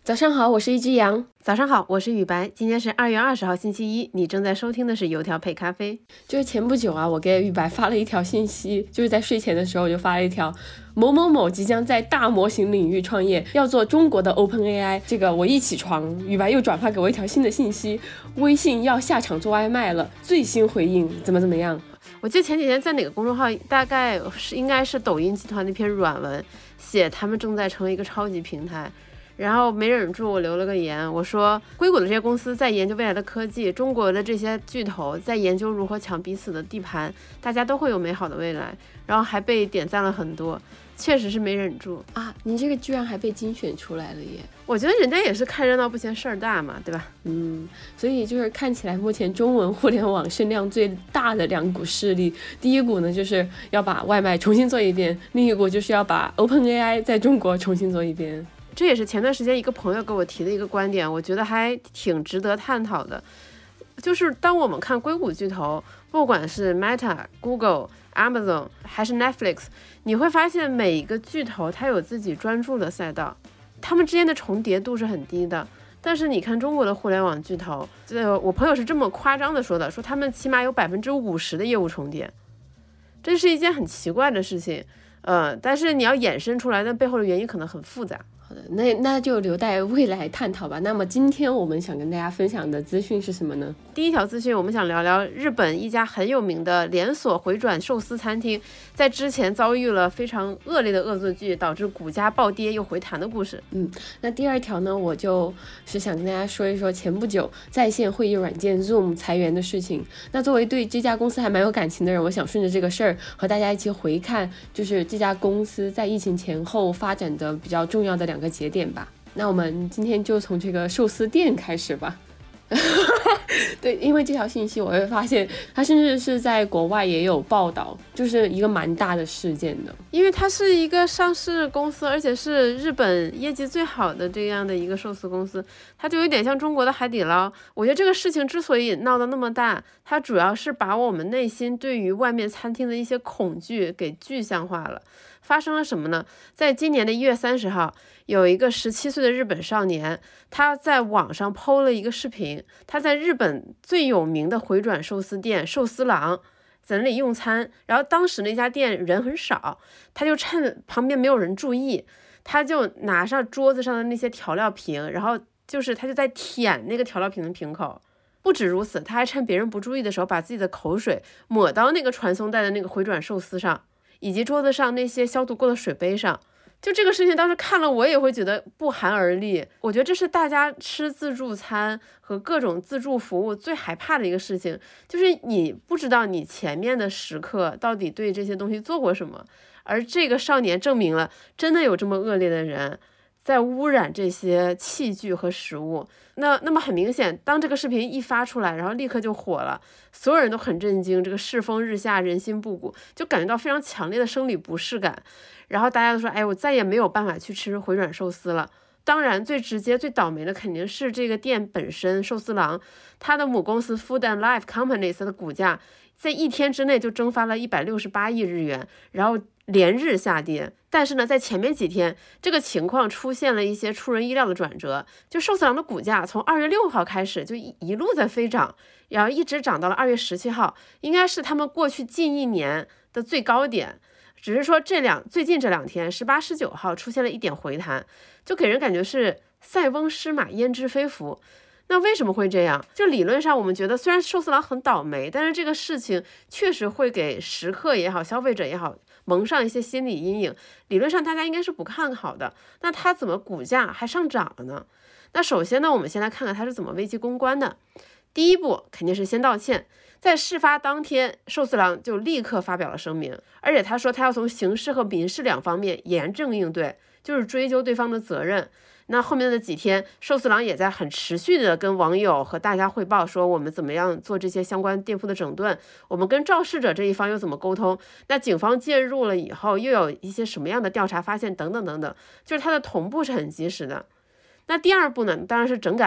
早上好，我是一只羊。 早上好，我是雨白。今天是2月20号，星期一。你正在收听的是油条配咖啡。 就是前不久啊，我给雨白发了一条信息，就是在睡前的时候我就发了一条，某某某即将在大模型领域创业，要做中国的 OpenAI。这个我一起床，雨白又转发给我一条新的信息，微信要下场做外卖了，最新回应怎么样。 我记得前几天在哪个公众号，大概应该是抖音集团那篇软文，写他们正在成为一个超级平台。然后没忍住，我留了个言，我说硅谷的这些公司在研究未来的科技，中国的这些巨头在研究如何抢彼此的地盘，大家都会有美好的未来。然后还被点赞了很多，确实是没忍住啊！你这个居然还被精选出来了耶！ 我觉得人家也是看热闹不嫌事儿大嘛，对吧？ 所以就是看起来目前中文互联网声量最大的两股势力，第一股呢就是要把外卖重新做一遍，另一股就是要把 OpenAI 在中国重新做一遍。 这也是前段时间一个朋友给我提的一个观点，我觉得还挺值得探讨的。就是当我们看硅谷巨头，不管是 Meta、Google、Amazon 还是 Netflix， 你会发现每一个巨头它有自己专注的赛道，他们之间的重叠度是很低的。但是你看中国的互联网巨头，我朋友是这么夸张的说的，说他们起码有50%的业务重叠，这是一件很奇怪的事情。但是你要衍生出来，那背后的原因可能很复杂。 好的，那就留待未来探讨吧。那么今天我们想跟大家分享的资讯是什么呢？ 第一条资讯，我们想聊聊日本一家很有名的连锁回转寿司餐厅，在之前遭遇了非常恶劣的恶作剧，导致股价暴跌又回弹的故事。 那第二条呢，我就是想跟大家说一说前不久在线会议软件 Zoom 裁员的事情。那作为对这家公司还蛮有感情的人，我想顺着这个事儿和大家一起回看，就是这家公司在疫情前后发展的比较重要的2个节点吧。那我们今天就从这个寿司店开始吧。对，因为这条信息我会发现它甚至是在国外也有报道，就是一个蛮大的事件的。 因为它是一个上市公司，而且是日本业绩最好的这样的一个寿司公司，它就有点像中国的海底捞。我觉得这个事情之所以闹得那么大，它主要是把我们内心对于外面餐厅的一些恐惧给具象化了。发生了什么呢？在今年的1月30号，有一个17岁的日本少年，他在网上 PO 了一个视频，他在日本最有名的回转寿司店寿司郎在那里用餐，然后当时那家店人很少，他就趁旁边没有人注意，他就拿上桌子上的那些调料瓶，然后他就在舔那个调料瓶的瓶口。不止如此，他还趁别人不注意的时候，把自己的口水抹到那个传送带的那个回转寿司上，以及桌子上那些消毒过的水杯上。就这个事情当时看了我也会觉得不寒而栗。我觉得这是大家吃自助餐和各种自助服务最害怕的一个事情，就是你不知道你前面的食客到底对这些东西做过什么，而这个少年证明了真的有这么恶劣的人在污染这些器具和食物。那么很明显，当这个视频一发出来，然后立刻就火了，所有人都很震惊，这个世风日下，人心不古，就感觉到非常强烈的生理不适感。然后大家都说，哎，我再也没有办法去吃回转寿司了。当然最直接最倒霉的肯定是这个店本身，寿司郎它的母公司 Food and Life Companies 的股价在1天之内就蒸发了168亿日元，然后连日下跌。但是呢，在前面几天，这个情况出现了一些出人意料的转折，就寿司郎的股价从2月6号开始就一路在飞涨，然后一直涨到了2月17号，应该是他们过去近1年的最高点。只是说最近这2天18、19号出现了一点回弹，就给人感觉是塞翁失马焉知非福。那为什么会这样？就理论上我们觉得虽然寿司郎很倒霉，但是这个事情确实会给食客也好，消费者也好蒙上一些心理阴影，理论上大家应该是不看好的。那它怎么股价还上涨了呢？那首先呢，我们先来看看它是怎么危机公关的。第一步肯定是先道歉，在事发当天，寿司郎就立刻发表了声明，而且他说他要从刑事和民事2方面严正应对，就是追究对方的责任。那后面的几天，寿司郎也在很持续的跟网友和大家汇报说我们怎么样做这些相关店铺的整顿，我们跟肇事者这一方又怎么沟通，那警方介入了以后又有一些什么样的调查发现等等等等，就是它的同步是很及时的。那第二步呢，当然是整改。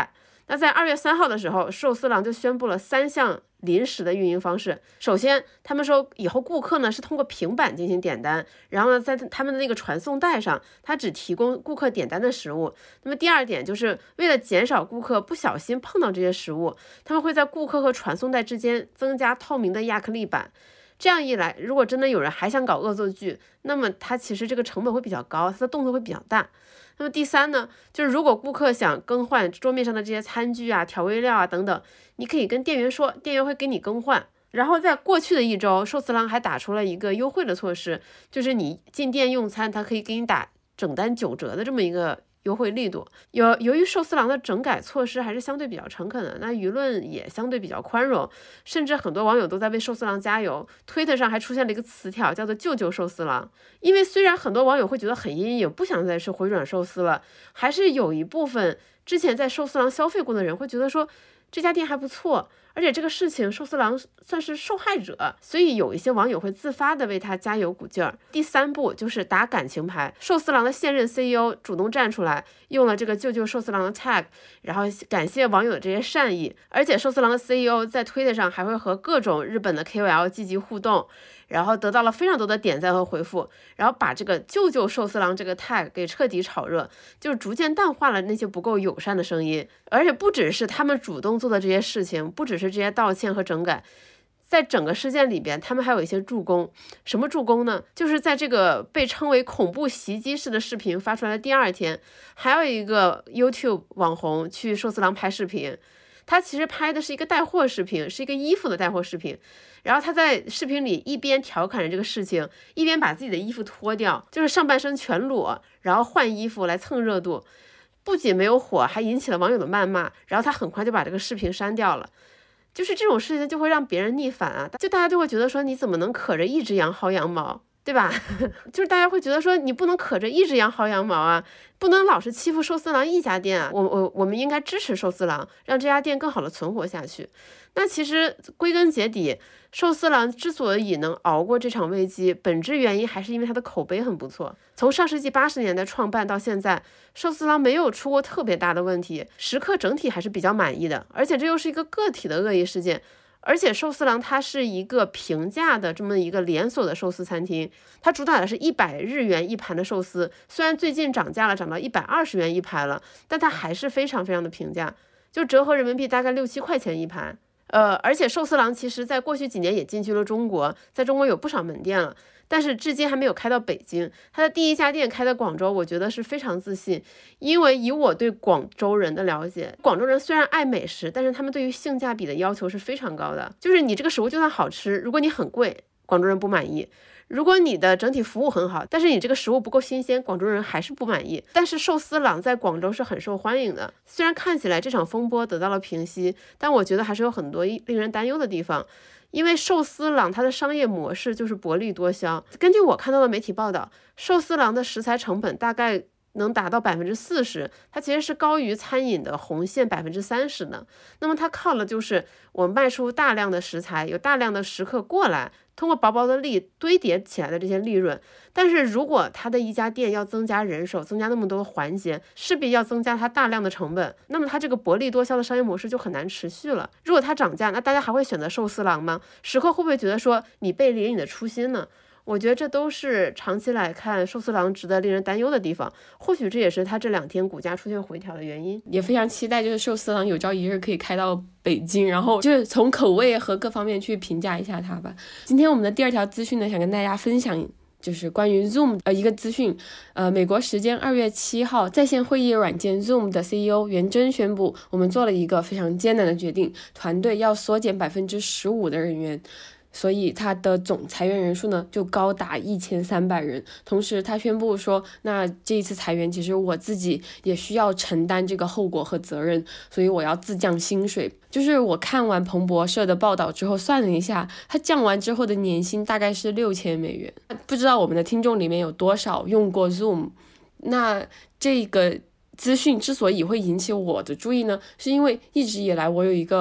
那在2月3号的时候，寿司郎就宣布了3项临时的运营方式。首先，他们说以后顾客呢是通过平板进行点单，然后呢在他们的那个传送带上，它只提供顾客点单的食物。那么第二点就是为了减少顾客不小心碰到这些食物，他们会在顾客和传送带之间增加透明的亚克力板。这样一来，如果真的有人还想搞恶作剧，那么它其实这个成本会比较高，它的动作会比较大。那么第三呢，就是如果顾客想更换桌面上的这些餐具啊、调味料啊等等，你可以跟店员说，店员会给你更换。然后在过去的1周，寿司郎还打出了一个优惠的措施，就是你进店用餐，它可以给你打整单9折的这么一个优惠力度。由于寿司郎的整改措施还是相对比较诚恳的，那舆论也相对比较宽容，甚至很多网友都在为寿司郎加油。推特上还出现了一个词条叫做救救寿司郎。因为虽然很多网友会觉得很阴影，不想再吃回转寿司了，还是有一部分之前在寿司郎消费过的人会觉得说这家店还不错，而且这个事情寿司郎算是受害者，所以有一些网友会自发的为他加油鼓劲儿。第3步就是打感情牌，寿司郎的现任 CEO 主动站出来，用了这个救救寿司郎的 tag， 然后感谢网友的这些善意。而且寿司郎的 CEO 在推特上还会和各种日本的 KOL 积极互动，然后得到了非常多的点赞和回复，然后把这个救救寿司郎这个 tag 给彻底炒热，就是逐渐淡化了那些不够友善的声音。而且不只是他们主动做的这些事情，不只是这些道歉和整改，在整个事件里边，他们还有一些助攻。什么助攻呢？就是在这个被称为恐怖袭击式的视频发出来的第2天，还有一个 YouTube 网红去寿司郎拍视频，他其实拍的是一个带货视频，是一个衣服的带货视频。然后他在视频里一边调侃着这个事情，一边把自己的衣服脱掉，就是上半身全裸，然后换衣服来蹭热度。不仅没有火，还引起了网友的谩骂，然后他很快就把这个视频删掉了。就是这种事情就会让别人逆反啊，就大家就会觉得说你怎么能可着一只羊薅羊毛，对吧？就是大家会觉得说你不能可着一只羊薅羊毛啊，不能老是欺负寿司郎一家店啊，我们应该支持寿司郎，让这家店更好的存活下去。那其实归根结底，寿司郎之所以能熬过这场危机，本质原因还是因为它的口碑很不错。从上世纪80年代创办到现在，寿司郎没有出过特别大的问题，食客整体还是比较满意的。而且这又是一个个体的恶意事件，而且寿司郎它是一个平价的这么一个连锁的寿司餐厅，它主打的是100日元一盘的寿司，虽然最近涨价了，涨到120元一盘了，但它还是非常非常的平价，就折合人民币大概6、7块钱一盘。而且寿司郎其实在过去几年也进军了中国，在中国有不少门店了，但是至今还没有开到北京。它的第1家店开在广州，我觉得是非常自信，因为以我对广州人的了解，广州人虽然爱美食，但是他们对于性价比的要求是非常高的，就是你这个食物就算好吃，如果你很贵，广州人不满意。如果你的整体服务很好，但是你这个食物不够新鲜，广州人还是不满意。但是寿司郎在广州是很受欢迎的，虽然看起来这场风波得到了平息，但我觉得还是有很多令人担忧的地方。因为寿司郎它的商业模式就是薄利多销，根据我看到的媒体报道，寿司郎的食材成本大概能达到40%，它其实是高于餐饮的红线30%的。那么它靠的就是我卖出大量的食材，有大量的食客过来，通过薄薄的利堆叠起来的这些利润。但是如果它的一家店要增加人手，增加那么多环节，势必要增加它大量的成本，那么它这个薄利多销的商业模式就很难持续了。如果它涨价，那大家还会选择寿司郎吗？食客会不会觉得说你背离你的初心呢？我觉得这都是长期来看寿司郎值得令人担忧的地方，或许这也是它这2天股价出现回调的原因。 也非常期待就是寿司郎有朝一日可以开到北京，然后就是从口味和各方面去评价一下它吧。今天我们的第2条资讯呢，想跟大家分享就是关于 Zoom 一个资讯。美国时间2月7号，在线会议软件 Zoom 的 CEO 袁征宣布，我们做了一个非常艰难的决定，团队要缩减15%的人员。所以他的总裁员人数呢就高达1300人。同时他宣布说，那这一次裁员其实我自己也需要承担这个后果和责任，所以我要自降薪水。就是我看完彭博社的报道之后算了一下，他降完之后的年薪大概是6000美元。不知道我们的听众里面有多少用过 Zoom。那这个资讯之所以会引起我的注意呢，是因为一直以来我有一个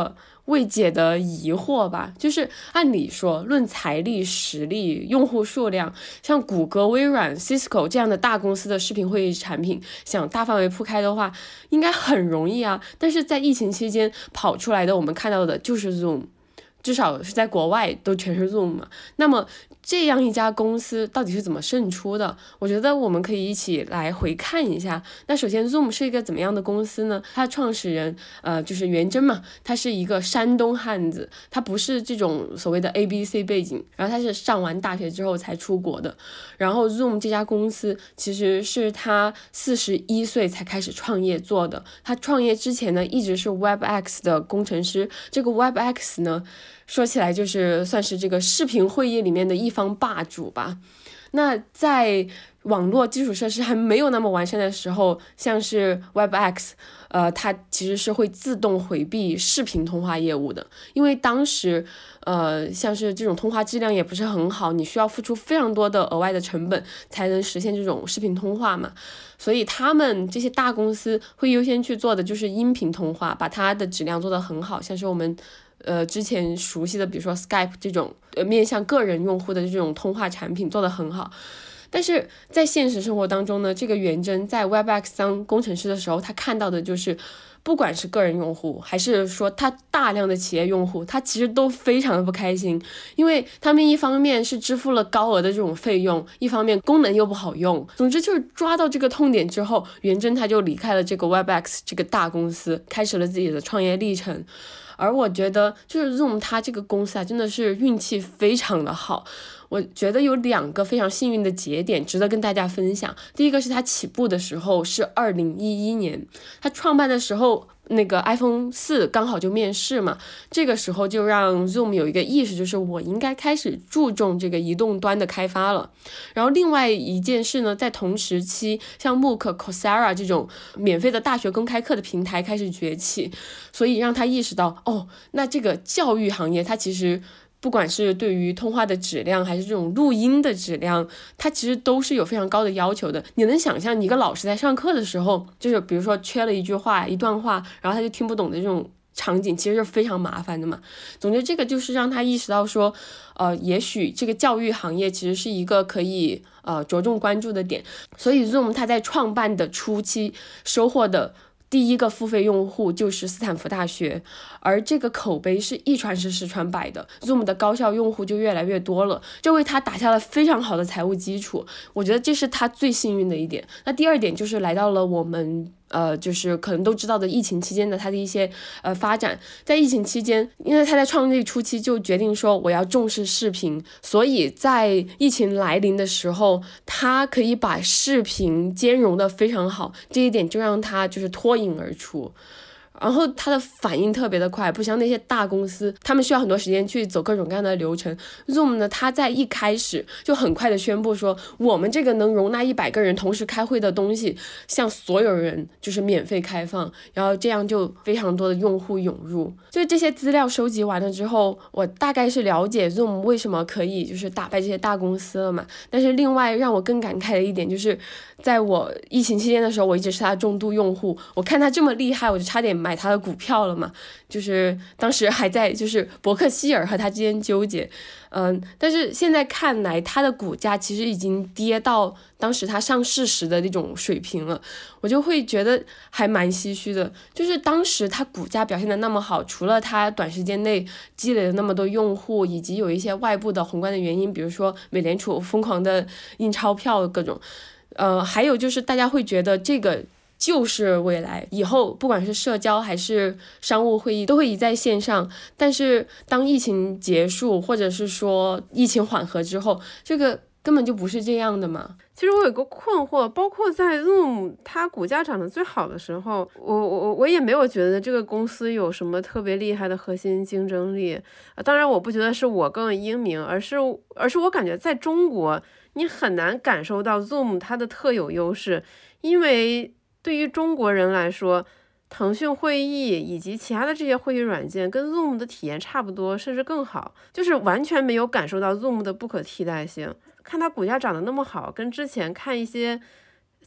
未解的疑惑吧。就是按理说论财力实力用户数量，像谷歌微软 Cisco 这样的大公司的视频会议产品想大范围铺开的话应该很容易啊，但是在疫情期间跑出来的我们看到的就是 Zoom，至少是在国外都全是 Zoom 嘛。那么这样一家公司到底是怎么胜出的？我觉得我们可以一起来回看一下。那首先 Zoom 是一个怎么样的公司呢？它创始人就是袁征嘛，他是一个山东汉子，他不是这种所谓的 ABC 背景，然后他是上完大学之后才出国的。然后 Zoom 这家公司其实是他41岁才开始创业做的，他创业之前呢一直是 WebEx 的工程师。这个 WebEx 呢说起来就是算是这个视频会议里面的一方霸主吧。那在网络基础设施还没有那么完善的时候，像是 WebEx，它其实是会自动回避视频通话业务的，因为当时像是这种通话质量也不是很好，你需要付出非常多的额外的成本才能实现这种视频通话嘛。所以他们这些大公司会优先去做的就是音频通话，把它的质量做得很好，像是我们之前熟悉的比如说 Skype 这种面向个人用户的这种通话产品做得很好。但是在现实生活当中呢，这个袁征在 WebEx 当工程师的时候，他看到的就是不管是个人用户还是说他大量的企业用户，他其实都非常的不开心，因为他们一方面是支付了高额的这种费用，一方面功能又不好用。总之就是抓到这个痛点之后，袁征他就离开了这个 WebEx 这个大公司，开始了自己的创业历程。而我觉得就是 Zoom 它这个公司啊，真的是运气非常的好。我觉得有2个非常幸运的节点值得跟大家分享。第一个是它起步的时候是2011年，它创办的时候那个 iPhone 4刚好就面世嘛，这个时候就让 Zoom 有一个意识，就是我应该开始注重这个移动端的开发了。然后另外一件事呢，在同时期像 MOOC、Coursera 这种免费的大学公开课的平台开始崛起，所以让他意识到那这个教育行业它其实不管是对于通话的质量还是这种录音的质量，它其实都是有非常高的要求的。你能想象你一个老师在上课的时候，就是比如说缺了一句话一段话，然后他就听不懂的这种场景，其实是非常麻烦的嘛。总之这个就是让他意识到说也许这个教育行业其实是一个可以着重关注的点。所以 Zoom 它在创办的初期收获的第一个付费用户就是斯坦福大学，而这个口碑是一传十十传百的， Zoom 的高效用户就越来越多了，这为他打下了非常好的财务基础。我觉得这是他最幸运的一点。那第二点就是来到了我们就是可能都知道的疫情期间的他的一些发展。在疫情期间，因为他在创立初期就决定说我要重视视频，所以在疫情来临的时候，他可以把视频兼容的非常好，这一点就让他就是脱颖而出。然后他的反应特别的快，不像那些大公司，他们需要很多时间去走各种各样的流程。Zoom 呢，他在一开始就很快的宣布说，我们这个能容纳100个人同时开会的东西，向所有人就是免费开放，然后这样就非常多的用户涌入。就这些资料收集完了之后，我大概是了解 Zoom 为什么可以就是打败这些大公司了嘛。但是另外让我更感慨的一点就是，在我疫情期间的时候，我一直是他的重度用户，我看他这么厉害，我就差点买他的股票了嘛，就是当时还在就是伯克希尔和他之间纠结。但是现在看来他的股价其实已经跌到当时他上市时的那种水平了，我就会觉得还蛮唏嘘的。就是当时他股价表现的那么好，除了他短时间内积累了那么多用户，以及有一些外部的宏观的原因，比如说美联储疯狂的印钞票各种，还有就是大家会觉得这个就是未来，以后不管是社交还是商务会议都会移在线上。但是当疫情结束或者是说疫情缓和之后，这个根本就不是这样的嘛。 其实我有个困惑，包括在 Zoom 它股价涨得最好的时候，我也没有觉得这个公司有什么特别厉害的核心竞争力。当然我不觉得是我更英明，而是我感觉在中国你很难感受到 Zoom 它的特有优势。因为对于中国人来说，腾讯会议以及其他的这些会议软件跟 Zoom 的体验差不多，甚至更好，就是完全没有感受到 Zoom 的不可替代性。看它股价涨得那么好，跟之前看一些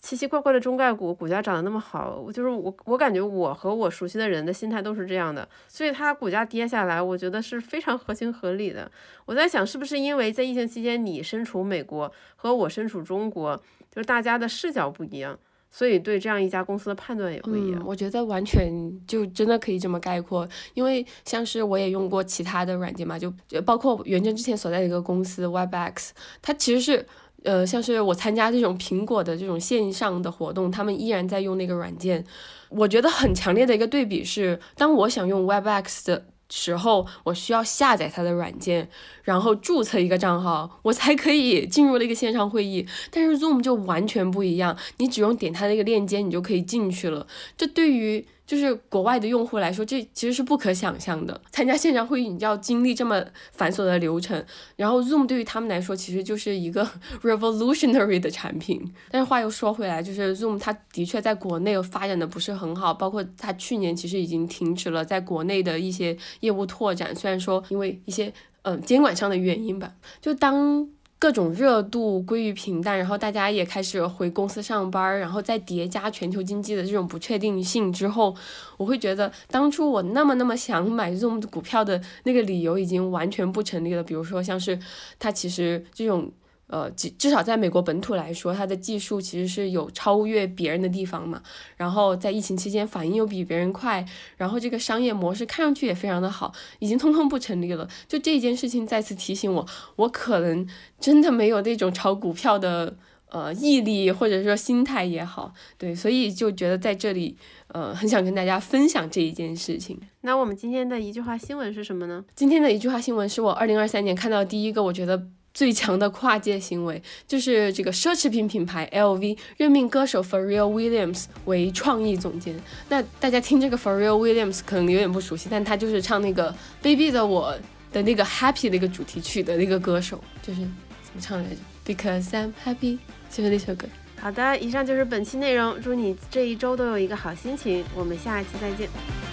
奇奇怪怪的中概股股价涨得那么好，我感觉我和我熟悉的人的心态都是这样的，所以它股价跌下来，我觉得是非常合情合理的。我在想，是不是因为在疫情期间你身处美国和我身处中国，就是大家的视角不一样，所以对这样一家公司的判断也不一样。 我觉得完全就真的可以这么概括，因为像是我也用过其他的软件嘛，就包括元真之前所在的一个公司 Webex， 它其实是像是我参加这种苹果的这种线上的活动，他们依然在用那个软件。我觉得很强烈的一个对比是，当我想用 Webex 的时候，我需要下载它的软件，然后注册一个账号，我才可以进入了一个线上会议。但是 Zoom 就完全不一样，你只用点它那个链接，你就可以进去了。这对于就是国外的用户来说，这其实是不可想象的。参加线上会议，你就要经历这么繁琐的流程，然后 Zoom 对于他们来说，其实就是一个 revolutionary 的产品。但是话又说回来，就是 Zoom 它的确在国内发展的不是很好，包括它去年其实已经停止了在国内的一些业务拓展，虽然说因为一些监管上的原因吧，就当各种热度归于平淡，然后大家也开始回公司上班，然后再叠加全球经济的这种不确定性之后，我会觉得当初我那么想买 Zoom 股票的那个理由已经完全不成立了。比如说像是它其实这种至少在美国本土来说，它的技术其实是有超越别人的地方嘛，然后在疫情期间反应又比别人快，然后这个商业模式看上去也非常的好，已经通通不成立了。就这件事情再次提醒我可能真的没有那种炒股票的毅力或者说心态也好，对，所以就觉得在这里很想跟大家分享这一件事情。 那我们今天的一句话新闻是什么呢？ 今天的一句话新闻是我2023年看到第一个我觉得最强的跨界行为，就是这个奢侈品品牌 LV 任命歌手 Pharrell Williams 为创意总监。那大家听这个 Pharrell Williams 可能有点不熟悉，但他就是唱那个 Baby 的我的那个 Happy 的一个主题曲的那个歌手，就是怎么唱来着 Because I'm Happy， 就是那首歌。 好的，以上就是本期内容，祝你这一周都有一个好心情，我们下期再见。